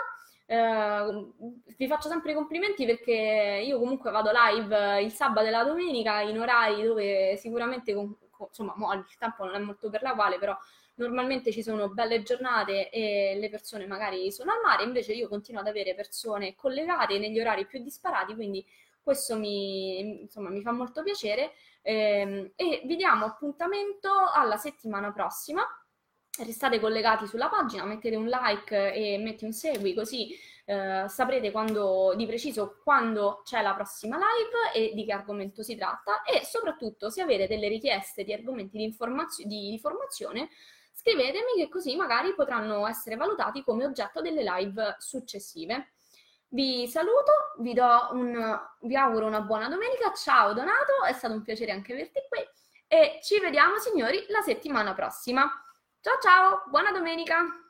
Vi faccio sempre i complimenti, perché io comunque vado live il sabato e la domenica in orari dove sicuramente, insomma, il tempo non è molto per la quale, però normalmente ci sono belle giornate e le persone magari sono al mare, invece io continuo ad avere persone collegate negli orari più disparati, quindi questo mi fa molto piacere, e vi diamo appuntamento alla settimana prossima. Restate collegati sulla pagina, mettete un like e metti un segui, così saprete di preciso quando c'è la prossima live e di che argomento si tratta, e soprattutto se avete delle richieste di argomenti di formazione, scrivetemi, che così magari potranno essere valutati come oggetto delle live successive. Vi saluto, vi auguro una buona domenica. Ciao Donato, è stato un piacere anche averti qui, e ci vediamo signori la settimana prossima. Ciao ciao, buona domenica!